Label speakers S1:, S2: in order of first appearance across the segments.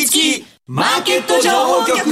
S1: りつきマーケット情報局。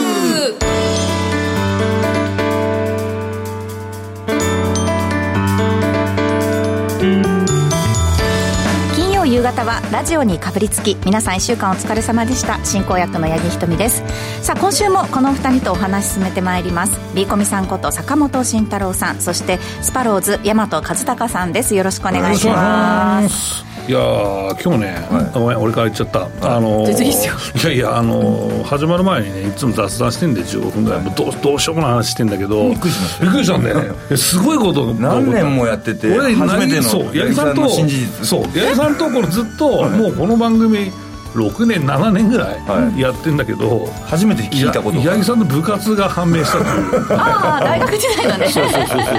S2: 金曜夕方はラジオにかぶりつき、皆さん1週間お疲れ様でした。進行役の八木ひとみです。さあ今週もこの2人とお話進めてまいります。ビーコミさんこと坂本慎太郎さん、そしてスパローズ大和和孝さんです。よろしくお願いします。
S3: いや今日ね、ごめん俺から言っちゃった。
S2: 全然いいですよ。
S3: いや始まる前にねいつも雑談してんで15分ぐらい、どうしようもない話してんだけど、
S4: びっくりしました。
S3: びっくりしたんだよね。すごいこと
S4: 何年もやってて
S3: 俺
S4: 初めての
S3: そう八木さんと
S4: 新事実。
S3: そう八木さんとこれずっともうこの番組6年7年ぐらいやってんだけど、
S4: 初めて聞いたこと。
S3: 八木さんの部活が判明したっていう
S2: ああ大学時代のね。
S3: そう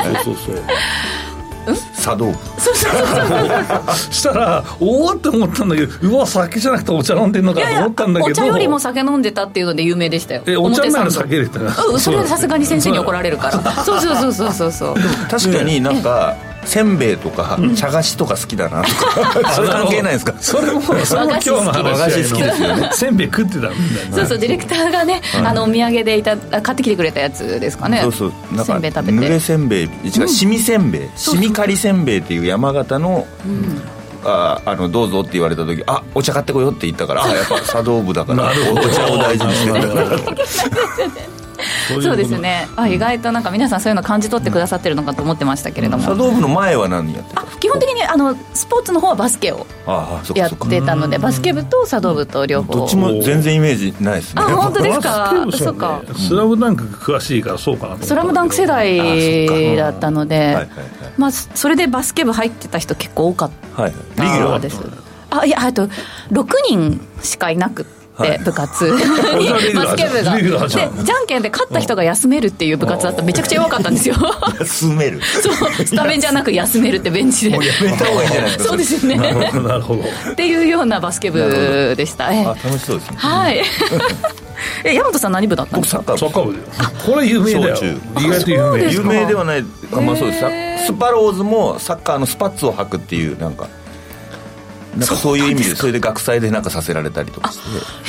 S4: 茶道部。
S2: そう
S3: したらおおって思ったんだけど、うわ酒じゃなくてお茶飲んでんのかと思ったんだけど、
S2: お茶よりも酒飲んでたっていうので有名でしたよ。
S3: お茶なら酒入れたら、
S2: それはさすがに先生に怒られるからそう
S4: 確かになんかせんべいとか茶菓子とか好きだなとか、それ関係ないですか。
S3: それも今日の話。
S4: 和菓子好きですよね。
S3: せんべい食ってたみたいな。
S2: そうディレクターがね、お土産で買ってきてくれたやつですかね。
S4: そうなんか
S2: せんべい食べて、
S4: 濡れせんべい、しみせんべい、しみかりせんべいっていう山形の、どうぞって言われた時、お茶買ってこようって言ったから、やっぱ茶道部だからお茶を大事にしてるから
S2: そうですね。意外となんか皆さんそういうの感じ取ってくださってるのかと思ってましたけれども、
S4: 茶道部の前は何やってた？
S2: 基本的にスポーツの方はバスケをやってたので、バスケ部と茶道部と両方。
S4: どっちも全然イメージないですね。
S2: 本当ですか。そうか。
S3: スラムダンク詳しいからそうかな。
S2: スラムダンク世代だったので、それでバスケ部入ってた人結構多かったです。
S4: リギュラー
S2: です。あと6人しかいなくて、部活バスケ部がで、じゃんけんで勝った人が休めるっていう部活だった。めちゃくちゃ弱かったんですよ。
S4: 休める。
S2: そうスタメンじゃなく休めるってベンチで。
S4: もうやめた方がいいんじゃないですか。
S2: そうですよね。
S3: なるほど。
S2: っていうようなバスケ部でした。
S4: 楽しそうですね。
S2: はい。大和さん何部だったんですか？
S3: サッカー部だよ。これ有名だよ。意外と有名。
S4: 有名ではないか、そうです。スパローズもサッカーのスパッツを履くっていうなんかそういう意味で、それで学祭でなんかさせられたりとかして。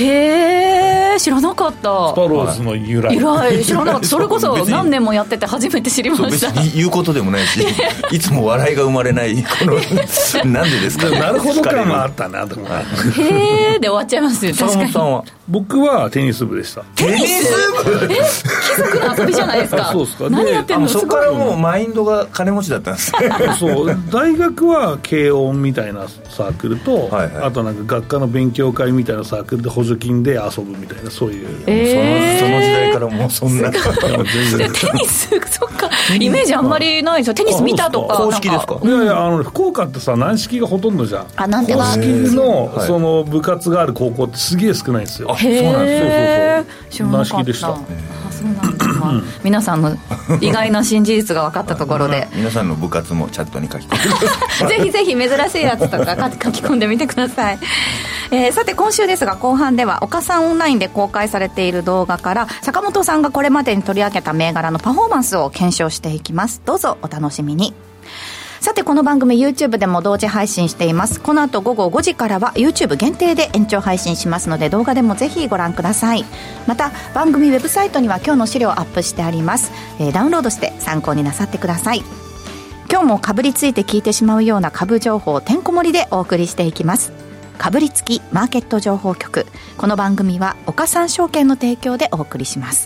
S2: へえ、知らなかった。スパ
S3: ローズの由来
S2: 知らなかった。それこそ何年もやってて初めて知りました。
S4: 別に言うことでもないしいつも笑いが生まれないこのなんでですか。
S3: なるほど感はあったなと思
S2: ってへえで終わっちゃいますよ。確かに。
S4: さんは？
S3: 僕はテニス部でした。
S2: テニス部？貴族の遊びじゃないですか。
S3: そうですか。
S2: 何やってんの？
S4: そこからもうマインドが金持ちだったんです
S3: そう大学は軽音みたいなサークルと、あとなんか学科の勉強会みたいなサークルで補助金で遊ぶみたいな、そういう、
S4: その時代からもうそんな
S2: テニスそっかイメージあんまりないですよ。テニス見たとか。
S4: 公式ですか？
S3: いや福岡ってさ軟式がほとんどじゃん。
S2: なんで
S3: 公式のその部活がある高校ってすげえ少ないんですよ。
S2: そうなんで
S3: す。軟式でした。
S2: そうなんですか。皆さんの意外な新事実が分かったところで
S4: 皆さんの部活もチャットに書き込んで
S2: ぜひぜひ珍しいやつとか書き込んでみてください。さて今週ですが、後半では岡さんオンラインで公開されている動画から坂本さんがこれまでに取り上げた銘柄のパフォーマンスを検証していきます。どうぞお楽しみに。さてこの番組 YouTube でも同時配信しています。この後午後5時からは YouTube 限定で延長配信しますので、動画でもぜひご覧ください。また番組ウェブサイトには今日の資料をアップしてあります。ダウンロードして参考になさってください。今日もかぶりついて聞いてしまうような株情報をてんこ盛りでお送りしていきます。かぶりつきマーケット情報局。この番組は岡三証券の提供でお送りします。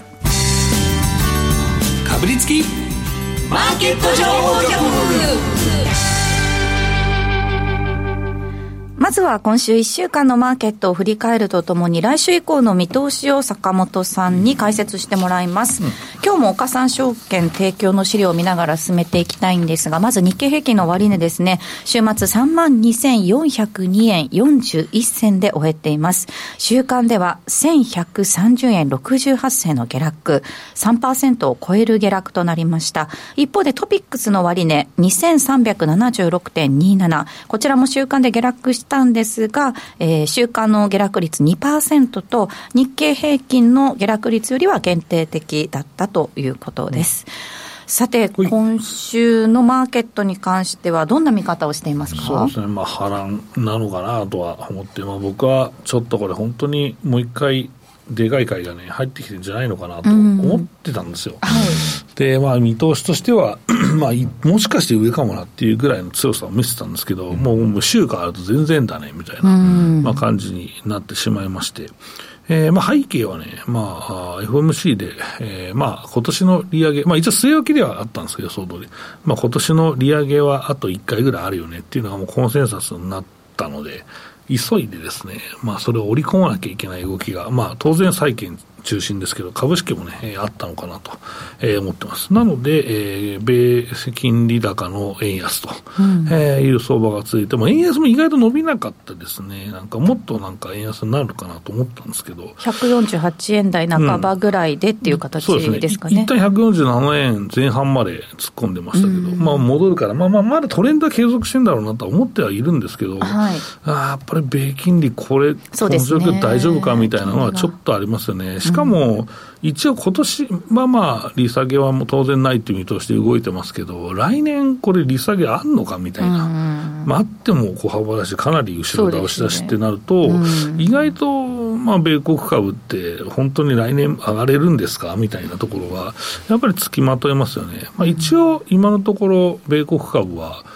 S1: かぶりつきマーケット情報局。
S2: まずは今週1週間のマーケットを振り返るとともに、来週以降の見通しを坂本さんに解説してもらいます。今日も岡三証券提供の資料を見ながら進めていきたいんですが、まず日経平均の終値ですね。週末 32,402 円41銭で終えています。週間では 1,130 円68銭の下落、 3% を超える下落となりました。一方でトピックスの終値 2,376.27、 こちらも週間で下落したんですが、週間の下落率 2% と日経平均の下落率よりは限定的だったということです。 さて今週のマーケットに関してはどんな見方をしていますか？
S3: そうですね、波乱なのかなとは思って、僕はちょっとこれ本当にもう一回でかい買いがね入ってきてるんじゃないのかなと思ってたんですよ、で見通しとしてはもしかして上かもなっていうぐらいの強さを見せてたんですけど、もう週変わると全然だねみたいな、感じになってしまいまして、背景はね、FOMC で、今年の利上げ、一応据え置きではあったんですけど、相当で、今年の利上げはあと1回ぐらいあるよねっていうのがもうコンセンサスになったので、急いでですね、それを織り込まなきゃいけない動きが、当然債券中心ですけど、株式もね、あったのかなと、思ってます。なので、米金利高の円安と、いう相場が続いて、円安も意外と伸びなかったですね。もっと円安になるのかなと思ったんですけど。
S2: 148円台半ばぐらいでっていう形ですかね。
S3: 一旦147円前半まで突っ込んでましたけど、戻るから、まだトレンドは継続してんだろうなとは思ってはいるんですけど、やっぱり米金利この状況大丈夫かみたいなのはちょっとありますよね。しかも一応今年は利下げはもう当然ないという見通しで動いてますけど、来年これ利下げあんのかみたいな、あっても小幅だしかなり後ろ倒し出しってなると、意外と米国株って本当に来年上がれるんですかみたいなところはやっぱりつきまとえますよね。一応今のところ米国株は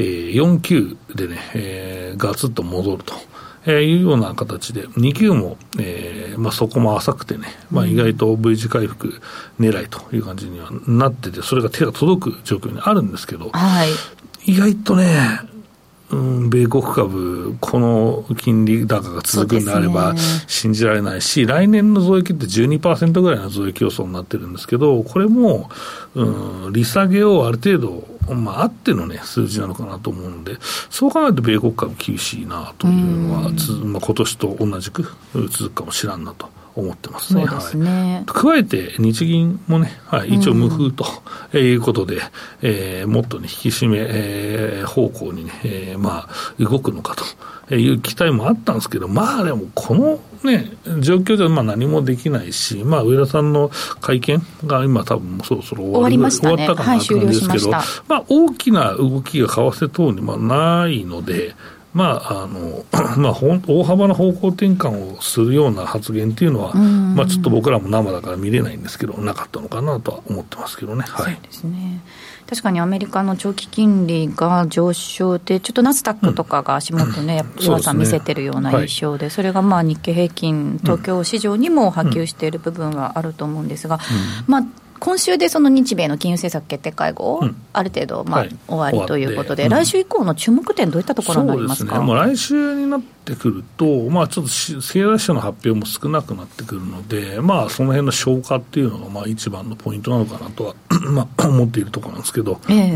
S3: 4級でね、ガツッと戻るというような形で、2級も、そこも浅くてね、意外と V 字回復狙いという感じにはなってて、それが手が届く状況にあるんですけど、意外とね、米国株この金利高が続くんであれば信じられないし、来年の増益って 12% ぐらいの増益予想になってるんですけど、これも利下げをある程度あってのね数字なのかなと思うので、そう考えると米国株厳しいなというのは今年と同じく続くかもしらんなと思ってますね。
S2: そうですね。
S3: 加えて日銀もね、一応無風ということで、もっとね引き締め、方向にね、動くのかという期待もあったんですけど、でもこのね状況では何もできないし、上田さんの会見が今多分そろそろ終わりましたね。終わったかなという感じですけど、大きな動きが為替等にないので、大幅な方向転換をするような発言っていうのは、ちょっと僕らも生だから見れないんですけど、なかったのかなとは思ってますけどね。
S2: そうですね。確かにアメリカの長期金利が上昇で、ちょっとナスダックとかが足元ね、やっぱり弱さ見せてるような印象で、それが日経平均、東京市場にも波及している部分はあると思うんですが、今週でその日米の金融政策決定会合、ある程度終わりということで、来週以降の注目点どういったところになりますか？
S3: そうですね、来週になってくると、ちょっと経済指標の発表も少なくなってくるので、その辺の消化っていうのが一番のポイントなのかなとは思っているところなんですけど、で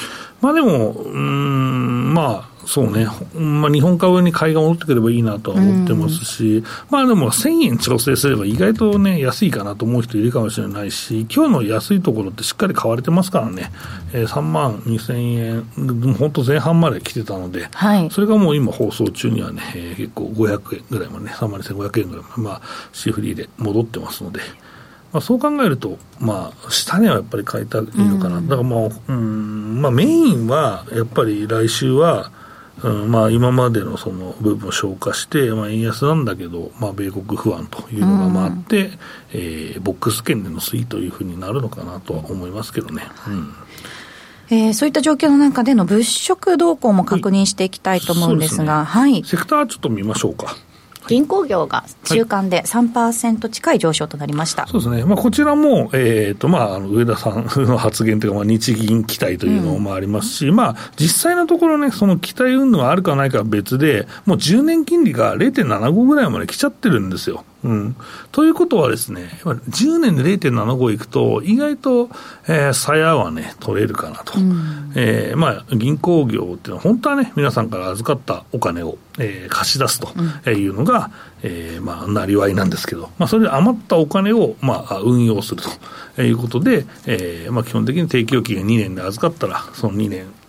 S3: もそうね、日本株に買いが戻ってくればいいなとは思ってますし、でも1000円調整すれば意外とね安いかなと思う人いるかもしれないし、今日の安いところってしっかり買われてますからね、32,000円本当前半まで来てたので、それがもう今放送中にはね、結構500円ぐらいまでね、32,500円ぐらいまでシフリーで戻ってますので、そう考えると、下値はやっぱり買いたいのかな。だからメインはやっぱり来週は今までのその部分を消化して、円安なんだけど、米国不安というのがあって、ボックス圏での推移というふうになるのかなとは思いますけどね。
S2: そういった状況の中での物色動向も確認していきたいと思うんですが、
S3: セクターちょっと見ましょうか。
S2: 銀行業が中間で 3% 近い上昇となりました。
S3: そうですね。こちらも、上田さんの発言というか、日銀期待というのもありますし、実際のところね、その期待云々があるかないかは別で、もう10年金利が 0.75 ぐらいまで来ちゃってるんですよ。ということはですね、10年で 0.75 いくと意外と、鞘はね取れるかなと、銀行業っていうのは本当はね皆さんから預かったお金を、貸し出すというのが、なりわいなんですけど、それで余ったお金を、運用するということで、基本的に定期預金が2年で預かったらその2年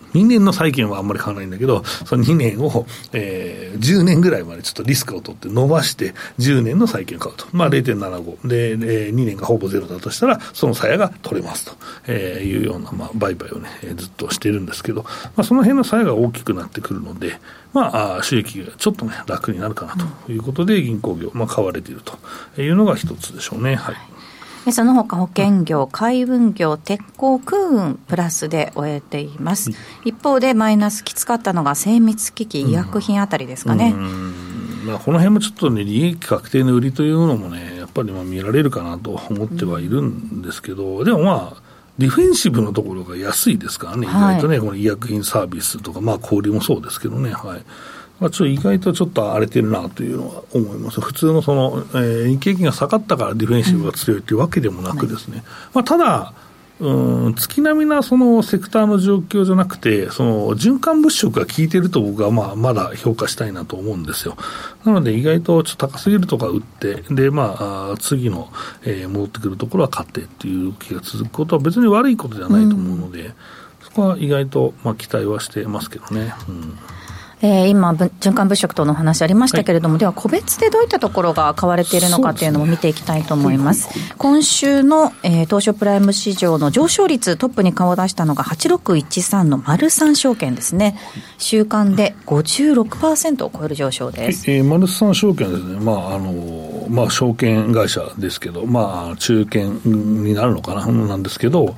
S3: 2年の債券はあんまり買わないんだけど、その2年を、10年ぐらいまでちょっとリスクを取って伸ばして10年の債券を買うと、まあ、0.75 で、2年がほぼゼロだとしたらその鞘が取れますと、いうような、まあ、売買をねずっとしているんですけど、まあ、その辺の鞘が大きくなってくるので、まあ、収益がちょっとね楽になるかなということで銀行業、まあ、買われているというのが一つでしょうね。はい。
S2: その他保険業、海運業、鉄鋼、空運プラスで終えています。一方でマイナスきつかったのが精密機器、医薬品あたりですかね。
S3: まあ、この辺もちょっとね利益確定の売りというのもねやっぱりまあ見られるかなと思ってはいるんですけど、でもまあディフェンシブのところが安いですからね、意外とね、この医薬品サービスとか、まあ小売もそうですけどね、はい。まあ、意外とちょっと荒れてるなというのは思います。普通のその、日経平均が下がったからディフェンシブが強いというわけでもなくですね、まあ、ただ、月並みなそのセクターの状況じゃなくて、その循環物色が効いてると僕はまあまだ評価したいなと思うんですよ。なので意外とちょっと高すぎるとか売って、でまあ次の、戻ってくるところは買ってっていう気が続くことは別に悪いことではないと思うので、そこは意外とまあ期待はしてますけどね。
S2: 今循環物色等の話ありましたけれども、はい、では個別でどういったところが買われているのかというのも見ていきたいと思います。今週の、東証プライム市場の上昇率トップに顔を出したのが8613のマルサン証券ですね。週間で 56% を超える上昇です。
S3: マルサン証券ですね、まあ証券会社ですけど、まあ中堅になるのかななんですけど、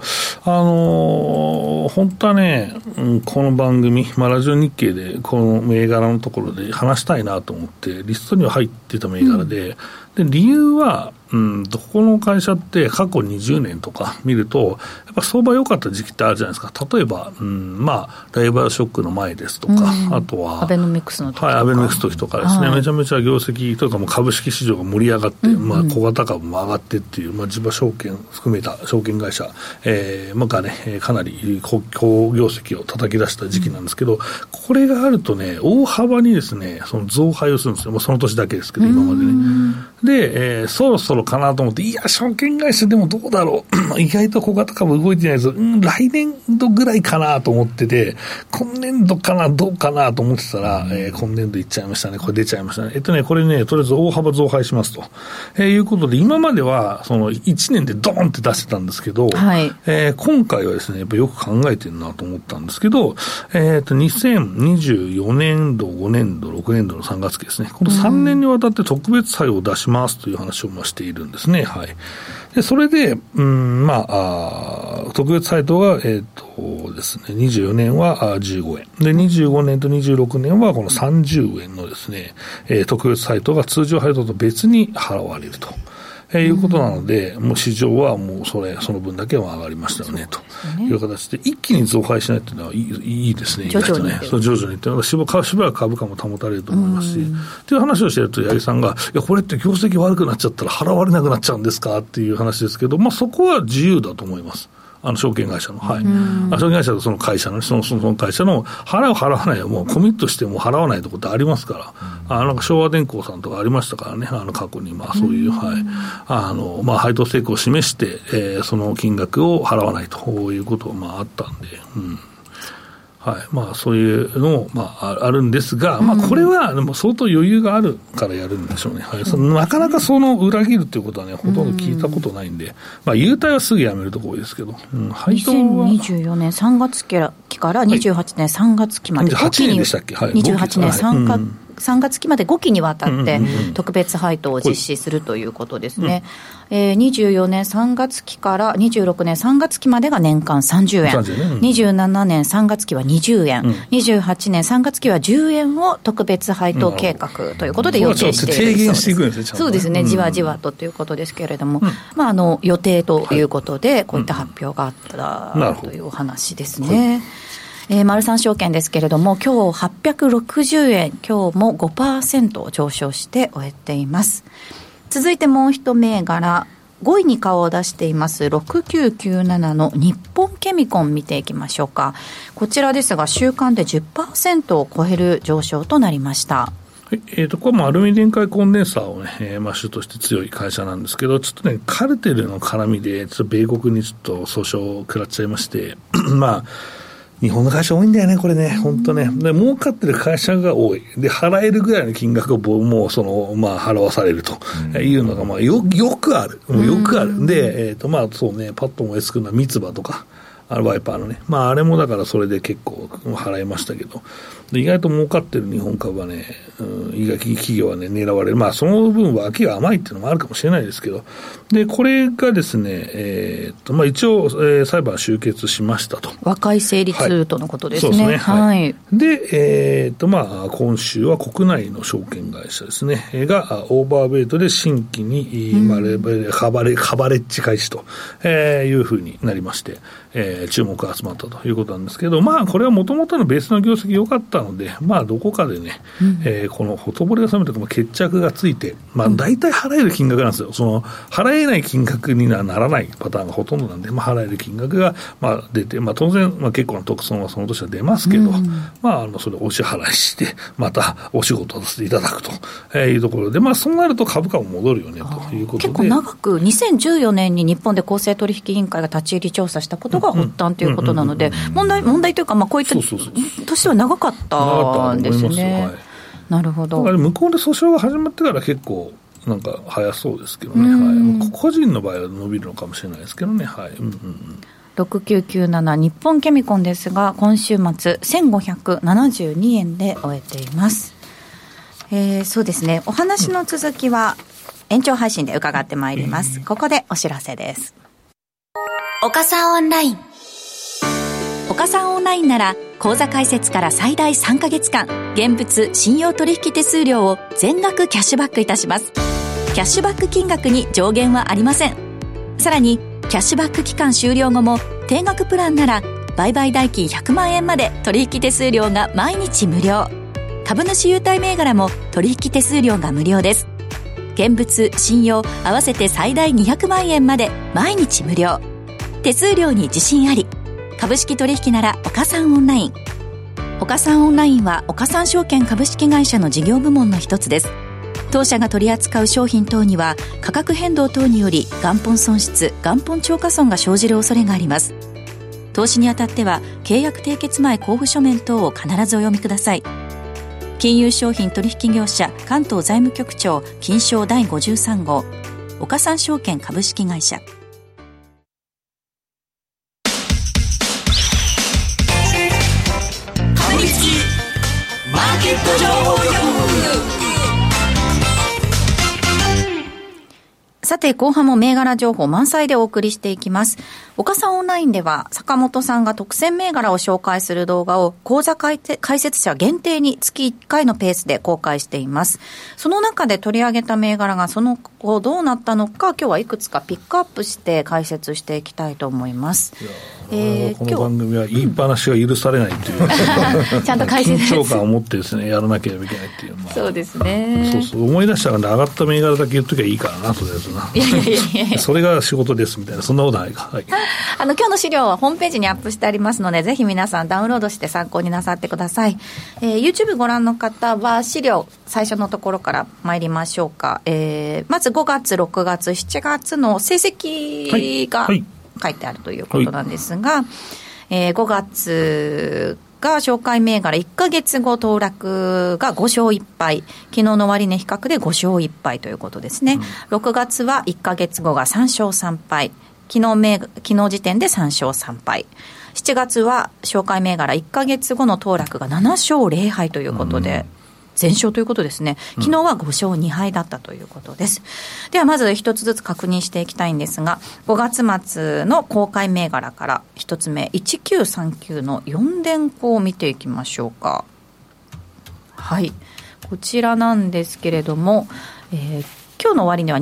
S3: 本当はね、この番組、まあ、ラジオ日経でこの銘柄のところで話したいなと思ってリストには入ってた銘柄で、で理由はどこの会社って過去20年とか見るとやっぱ相場良かった時期ってあるじゃないですか。例えば、まあライバルショックの前ですとか、あとは
S2: アベノミクスの時とか、
S3: はい、アベノミクスの時とかですね、めちゃめちゃ業績とかも株式市場が盛り上がって、まあ小型株も上がってっていう、まあ地場証券含めた証券会社、まあがねかなり好業績を叩き出した時期なんですけど、これがあるとね大幅にですねその増配をするんですよ。まあ、その年だけですけど今までね。で、そろそろかなと思って、いや証券会社でもどうだろう意外と小型株動いてないぞ、来年度ぐらいかなと思ってて、今年度かなどうかなと思ってたら、今年度いっちゃいましたね。これ出ちゃいましたね。これねとりあえず大幅増配しますと、いうことで今まではその1年でドーンって出してたんですけど、はい、今回はですねやっぱよく考えてるなと思ったんですけど、2024年度5年度6年度の3月期ですね、この3年にわたって特別債を出しますという話をしているんですね。はい。でそれで、まあ、特別配当が、ですね、24年は15円。で、25年と26年はこの30円のですね、特別配当が通常配当と別に払われると。いうことなので、もう市場はもうその分だけは上がりましたよね、という形で、一気に増配しないというのはいいですね、
S2: 徐々に。
S3: そう徐々にっていうのがしばらく株価も保たれると思いますし、っていう話をしていると、八木さんが、いや、これって業績悪くなっちゃったら払われなくなっちゃうんですかっていう話ですけど、まあそこは自由だと思います。証券会社の、はい。証券会社とその会社の、その会社の払う払わないはもうコミットしても払わないところってありますから、なんか昭和電工さんとかありましたからね、過去に、まあそういう、はい。まあ配当成功を示して、その金額を払わないということが、まああったんで、はい、まあそういうのも、まあ、あるんですが、まあこれはでも相当余裕があるからやるんでしょうね。はい、なかなかその裏切るということはね、ほとんど聞いたことないんで、まあ優待はすぐやめるところですけど、
S2: 配当は2024年3月期から28年3月期まで、
S3: 28年でしたっけ、はい、
S2: 28年3月期まで5期にわたって特別配当を実施するということですね。24年3月期から26年3月期までが年間30円、27年3月期は20円、28年3月期は10円を特別配当計画ということで予定している
S3: 低減していくんですね、ちゃんと。
S2: そうですね、じわじわということですけれども、まあ、予定ということでこういった発表があったというお話ですね。マルサン証券ですけれども、今日860円、今日も 5% 上昇して終えています。続いてもう一銘柄、5位に顔を出しています6997の日本ケミコン見ていきましょうか。こちらですが週間で 10% を超える上昇となりました。
S3: はい、これもアルミ電解コンデンサーをね、まあ、主として強い会社なんですけど、ちょっとね、カルテルの絡みで、ちょっと米国にちょっと訴訟を食らっちゃいまして、まあ、 日本の会社多いんだよね、これね、本当ね。で、儲かってる会社が多い。で、払えるぐらいの金額をもう払わされるというのが、よくある。よくある。で、そうね、パッと思いつくのは三つ葉とか、ワイパーのね。あれもだからそれで結構払いましたけど、意外と儲かってる日本株はね、意外と企業はね、狙われる。その分脇が甘いっていうのもあるかもしれないですけど、で、これがですね、一応、裁判終結しましたと。
S2: 和解成立とのことですね。
S3: そうですね。
S2: はい。
S3: で、今週は国内の証券会社ですね、がオーバーウェイトで新規に、カバレッジ開始というふうになりまして、注目が集まったということなんですけど、これはもともとのベースの業績良かったので、どこかでね、このほとぼりが冷めたと決着がついて、大体払える金額なんですよ。払えない金額にはならないパターンがほとんどなんで、払える金額が出て、当然、結構な特損はその年は出ますけど、それをお支払いして、またお仕事をさせていただくというところで、そうなると株価も戻るよねということで。
S2: 結構長く、2014年に日本で公正取引委員会が立ち入り調査したことが発端ということなので、問題というか、こういったとしては長かったんですね。なるほど。
S3: だから向こうで訴訟が始まってから結構早そうですけどね、個人の場合は伸びるのかもしれないですけどね。
S2: 6997日本ケミコンですが、今週末1572円で終えています。そうですね、お話の続きは延長配信で伺ってまいります。ここでお知らせです。
S1: 岡さんオンライン。
S2: 岡さんオンラインなら口座開設から最大3ヶ月間現物信用取引手数料を全額キャッシュバックいたします。キャッシュバック金額に上限はありません。さらにキャッシュバック期間終了後も定額プランなら売買代金100万円まで取引手数料が毎日無料。株主優待銘柄も取引手数料が無料です。現物信用合わせて最大200万円まで毎日無料。手数料に自信あり。株式取引なら岡三オンライン。岡三オンラインは岡三証券株式会社の事業部門の一つです。当社が取り扱う商品等には価格変動等により元本損失、元本超過損が生じる恐れがあります。投資にあたっては契約締結前交付書面等を必ずお読みください。金融商品取引業者関東財務局長金商第53号岡三証券株式会社。
S1: マーケット情報局。
S2: さて後半も銘柄情報満載でお送りしていきます。岡さんオンラインでは坂本さんが特選銘柄を紹介する動画を口座開設者限定に月1回のペースで公開しています。その中で取り上げた銘柄がその後どうなったのか、今日はいくつかピックアップして解説していきたいと思います。
S3: この番組は言いっぱなしが許されないっていう、
S2: ちゃんと解説
S3: 緊張感を持ってですねやらなければいけないっていう、
S2: そうですね。
S3: そう思い出したら、ね、上がった銘柄だけ言っときゃいいからな、とりあえずな。いやそれが仕事ですみたいな、そんなことないか。
S2: 今日の資料はホームページにアップしてありますので、ぜひ皆さんダウンロードして参考になさってください。YouTube ご覧の方は資料最初のところから参りましょうか。まず5月6月7月の成績が書いてあるということなんですが、5月が紹介銘柄1ヶ月後騰落が5勝1敗、昨日の終値比較で5勝1敗ということですね。6月は1ヶ月後が3勝3敗、昨日時点で3勝3敗。7月は紹介銘柄1ヶ月後の騰落が7勝0敗ということで、全勝ということですね。昨日は5勝2敗だったということです。ではまず一つずつ確認していきたいんですが、5月末の公開銘柄から一つ目、1939の4電工を見ていきましょうか。はい、こちらなんですけれども、今日の終値は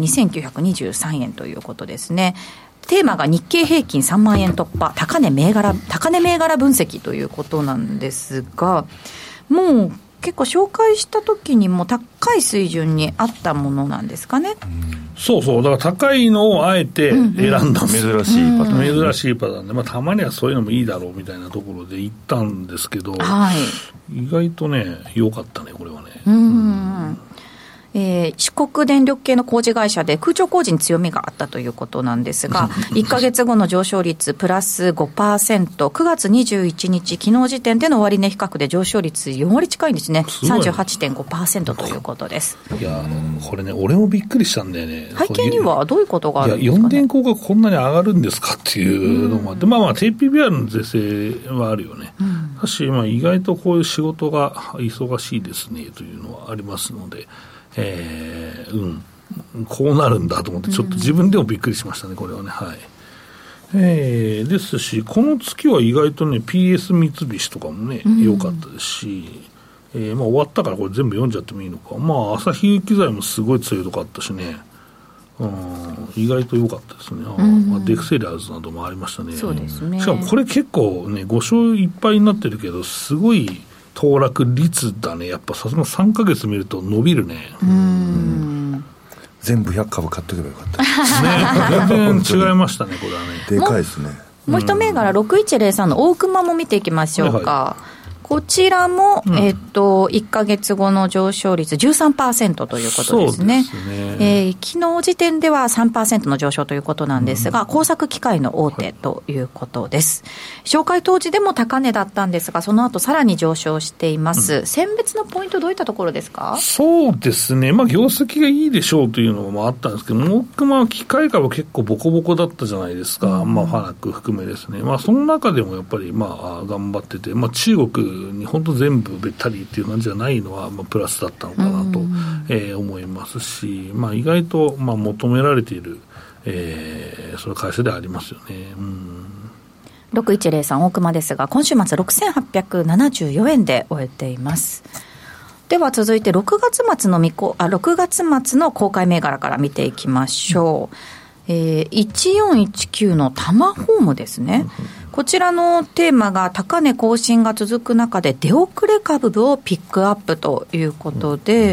S2: 2923円ということですね。テーマが日経平均3万円突破、高値銘柄分析ということなんですが、もう結構紹介した時にも高い水準にあったものなんですかね。
S3: そうだから高いのをあえて選んだんです、
S4: 珍しいパターン、
S3: 珍しいパターンで、たまにはそういうのもいいだろうみたいなところで行ったんですけど、意外とね良かったね、これはね。
S2: 四国電力系の工事会社で空調工事に強みがあったということなんですが1ヶ月後の上昇率プラス 5%、 9月21日昨日時点での終値比較で上昇率4割近いんですね。 38.5% ということです。
S3: いやこれね俺もびっくりしたんだよね。
S2: 背景にはどういうことがあるんですかね。
S3: 4電工がこんなに上がるんですかっていうのもあって、まあ低 PBR の是正はあるよね。だし、意外とこういう仕事が忙しいですねというのはありますので、こうなるんだと思ってちょっと自分でもびっくりしましたねこれはね。はい。ですしこの月は意外とね PS 三菱とかもね良かったですし、終わったからこれ全部読んじゃってもいいのか。朝日機材もすごい強いとこあったしね、意外と良かったですね。デクセリアーズなどもありましたね。
S2: そうですね。
S3: しかもこれ結構ね5勝1敗になってるけどすごい騰落率だね。やっぱさすが3ヶ月見ると伸びるね。
S4: 全部100株買っとけばよかったね。
S3: 全然違いましたねこれはね。
S4: でかいですね。
S2: もう一銘柄6103の大熊も見ていきましょうか。はいはい、こちらも、1ヶ月後の上昇率 13% ということですね。そうですね。昨日時点では 3% の上昇ということなんですが、工作機械の大手ということです。紹介当時でも高値だったんですが、その後さらに上昇しています。選別のポイントどういったところですか？そう
S3: ですね。業績がいいでしょうというのもあったんですけど、大熊は機械株結構ボコボコだったじゃないですか。ファナック含めですね。その中でもやっぱり頑張ってて、中国に本当全部べったりっていう感じじゃないのは、プラスだったのかなと、思いますし、意外と求められている、その会社ではありますよね。
S2: 6103大熊ですが今週末6874円で終えています。では続いて6月末の公開銘柄から見ていきましょう。1419のタマホームですね。こちらのテーマが高値更新が続く中で出遅れ株をピックアップということで、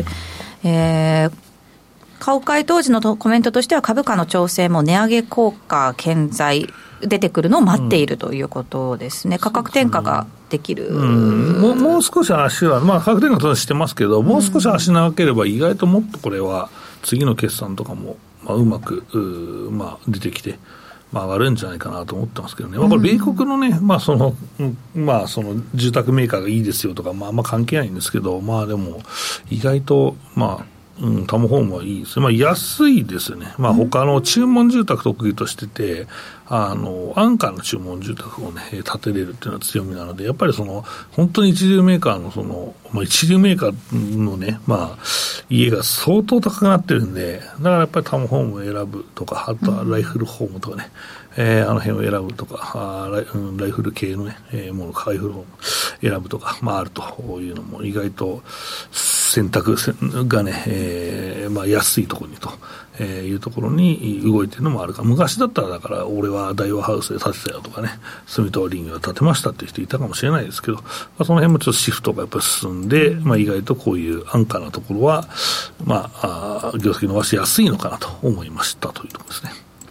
S2: 公開当時のコメントとしては株価の調整も値上げ効果顕在出てくるのを待っているということですね。価格転嫁ができる、
S3: もう少し足は、価格転嫁はしてますけど、もう少し足長ければ意外ともっとこれは次の決算とかもうまく出てきて上がるんじゃないかなと思ってますけどね。これ米国のね、その住宅メーカーがいいですよとか関係ないんですけど、でも意外とタマホームはいいですね。安いですよね。他の注文住宅得意としてて、安価の注文住宅をね建てれるっていうのは強みなので、やっぱり本当に一流メーカーの一流メーカーのね家が相当高くなってるんで、だからやっぱりタマホームを選ぶとか、あとはライフルホームとかね、あの辺を選ぶとか、ライフル系のね、もの、ライフルホーム選ぶとか、あるというのも意外と選択がね、安いところにというところに動いているのもあるか。昔だったらだから俺は大和ハウスで建てたよとかね、住友林業で建てましたっていう人いたかもしれないですけど、その辺もちょっとシフトがやっぱり進んで、意外とこういう安価なところは業績伸ばしやすいのかなと思いましたというところですね。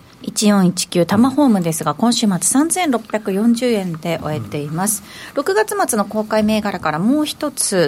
S2: 1419タマホームですが今週末3640円で終えています。6月末の公開銘柄からもう一つ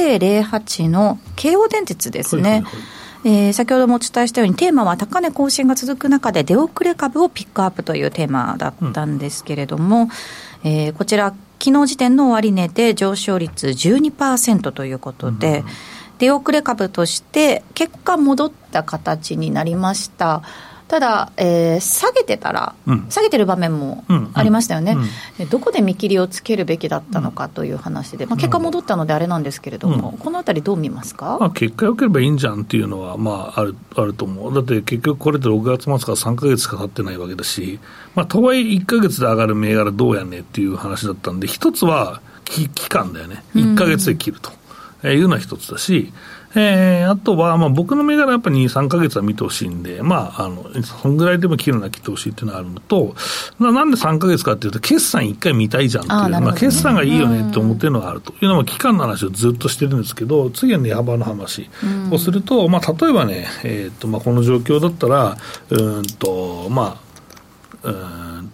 S2: 9008の京王電鉄ですね。先ほどもお伝えしたようにテーマは高値更新が続く中で出遅れ株をピックアップというテーマだったんですけれども、こちら昨日時点の終値で上昇率 12% ということで、出遅れ株として結果戻った形になりました。ただ、下げてたら、下げてる場面もありましたよね。どこで見切りをつけるべきだったのかという話で、結果戻ったのであれなんですけれども、このあたりどう見ますか？
S3: 結果良ければいいんじゃんっていうのは、あると思う。だって結局これで6月末から3ヶ月しか経ってないわけだし、とはいえ1ヶ月で上がる銘柄どうやねっていう話だったんで、一つは期間だよね。1ヶ月で切るというのは一つだし、あとは、僕の銘柄はやっぱり 2,3 ヶ月は見てほしいんで、そんぐらいでも切るのは切ってほしいっていうのがあるのと、なんで3ヶ月かっていうと、決算1回見たいじゃんっていう、決算がいいよねって思ってるのがあるというのも、期間の話をずっとしてるんですけど、次は値幅の話をすると、例えばね、この状況だったら、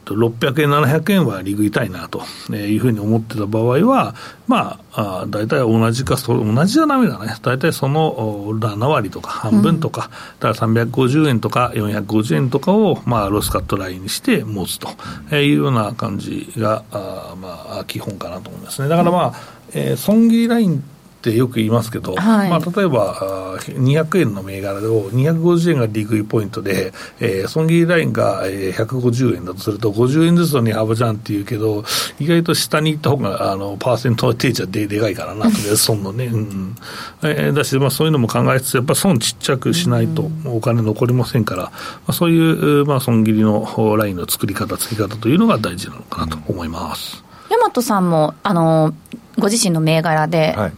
S3: 600円700円は利食いたいなというふうに思ってた場合は、まあ、大体同じか同じじゃダメだね。大体その7割とか半分とか、だから350円とか450円とかを、まあ、ロスカットラインにして持つというような感じがまあ、基本かなと思いますね。だからまあ、損切りラインってよく言いますけど、はい、まあ、例えば200円の銘柄を250円が利食いポイントで、損切りラインが150円だとすると50円ずつの値幅じゃんっていうけど、意外と下に行った方がパーセント定値はでかいからなとりあえず損のね、だし、まあ、そういうのも考えつつやっぱり損ちっちゃくしないとお金残りませんから、まあ、そういう、まあ、損切りのラインの付け方というのが大事なのかなと思います。
S2: 大和さんもご自身の銘柄で、はい、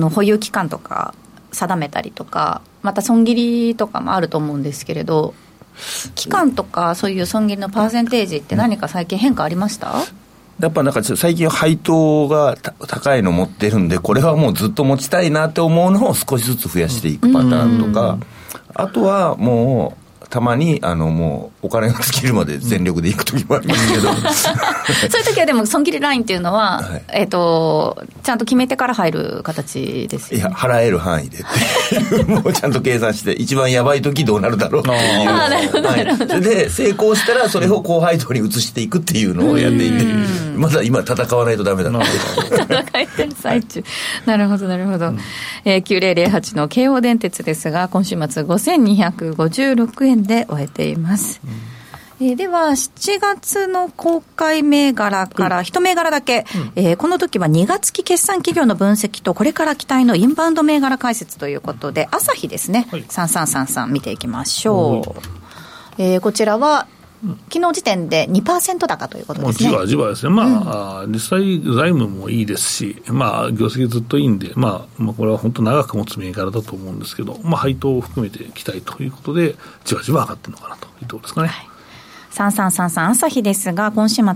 S2: 保有期間とか定めたりとか、また損切りとかもあると思うんですけれど、期間とかそういう損切りのパーセンテージって何か最近変化ありました？
S4: やっぱなんか最近配当が高いの持ってるんで、これはもうずっと持ちたいなって思うのを少しずつ増やしていくパターンとか、あとはもうたまにもうお金が尽きるまで全力で行く時もありますけど
S2: そういう時はでも損切りラインっていうのは、はい、ちゃんと決めてから入る形ですよね。
S4: いや、払える範囲でってもうちゃんと計算して一番やばい時どうなるだろうっていうはい、で成功したらそれを高配当に移していくっていうのをやっていて、まだ今戦わないとダメだな
S2: 戦ってる最中なるほどなるほど、9008の京王電鉄ですが、今週末5256円で終えています。では7月の公開銘柄から一銘柄だけ、この時は2月期決算企業の分析とこれから期待のインバウンド銘柄解説ということで、朝日ですね、はい、3333見ていきましょう。こちらは昨日時点で 2% 高ということですね。
S3: じわじわですね。まあ、実際財務もいいですし、まあ、業績ずっといいんで、まあ、これは本当長く持つ銘柄だと思うんですけど、まあ、配当を含めて期待ということでじわじわ上がってるのかなというところですかね。はい、
S2: 3333朝日ですが、今週末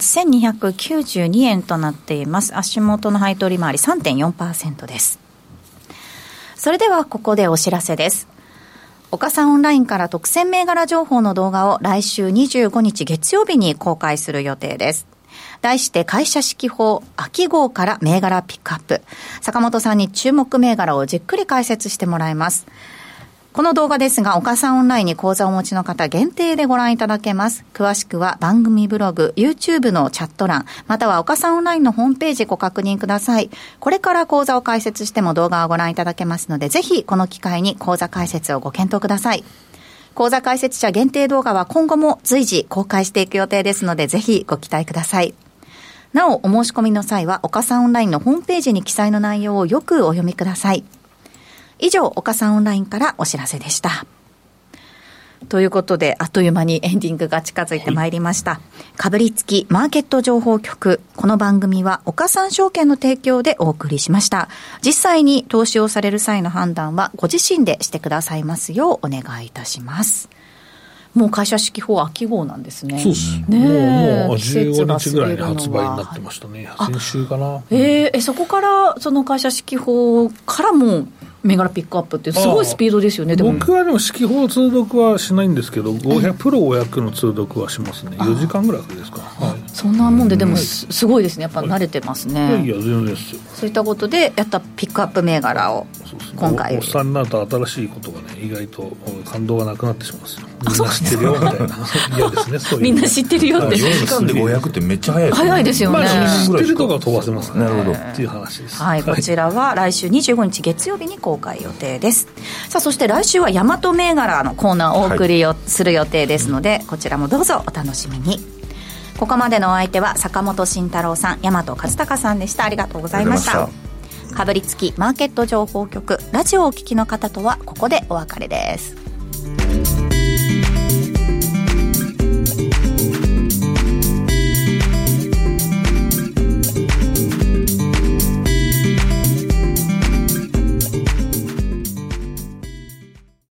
S2: 1292円となっています。足元の配当利回り 3.4% です。それではここでお知らせです。岡さんオンラインから特選銘柄情報の動画を来週25日月曜日に公開する予定です。題して会社指揮法秋号から銘柄ピックアップ。坂本さんに注目銘柄をじっくり解説してもらいます。この動画ですが、岡さんオンラインに講座をお持ちの方限定でご覧いただけます。詳しくは番組ブログ、YouTube のチャット欄、または岡さんオンラインのホームページご確認ください。これから講座を解説しても動画をご覧いただけますので、ぜひこの機会に講座解説をご検討ください。講座解説者限定動画は今後も随時公開していく予定ですので、ぜひご期待ください。なお、お申し込みの際は岡さんオンラインのホームページに記載の内容をよくお読みください。以上、岡さんオンラインからお知らせでした。ということで、あっという間にエンディングが近づいてまいりました。かぶりつきマーケット情報局。この番組は岡さん証券の提供でお送りしました。実際に投資をされる際の判断はご自身でしてくださいますようお願いいたします。もう会社指揮法秋号なんですね。
S3: そうですね。もう15日ぐらいに発売になってましたね。先週かな。
S2: そこからその会社指揮法からも銘柄ピックアップってすごいスピードですよね。でも
S3: 僕はでも指揮法通読はしないんですけど、プロ500の通読はしますね。4時間ぐらいですか。はい、
S2: そんなもんで、でもすごいですね。やっぱ慣れてますね。
S3: いや全然ですよ。
S2: そういったことでやったピックアップ銘柄を今回、
S3: おっさんになると新しいことがね、意外と感動がなくなってしまうんですよ。みんな知ってるよみたいな嫌ですね。そういう
S2: みんな知ってるよって、
S4: 4時間で500ってめっちゃ早いですね。
S2: 早いですよね。
S3: 知ってるとか飛ばせますね。
S4: なるほど
S3: っていう話です。
S2: はい、こちらは来週25日月曜日に公開予定です。さあ、そして来週は大和銘柄のコーナーをお送りする予定ですので、こちらもどうぞお楽しみに。ここまでのお相手は坂本慎太郎さん、大和和孝さんでした。ありがとうございました。かぶりつきマーケット情報局ラジオをお聞きの方とはここでお別れです。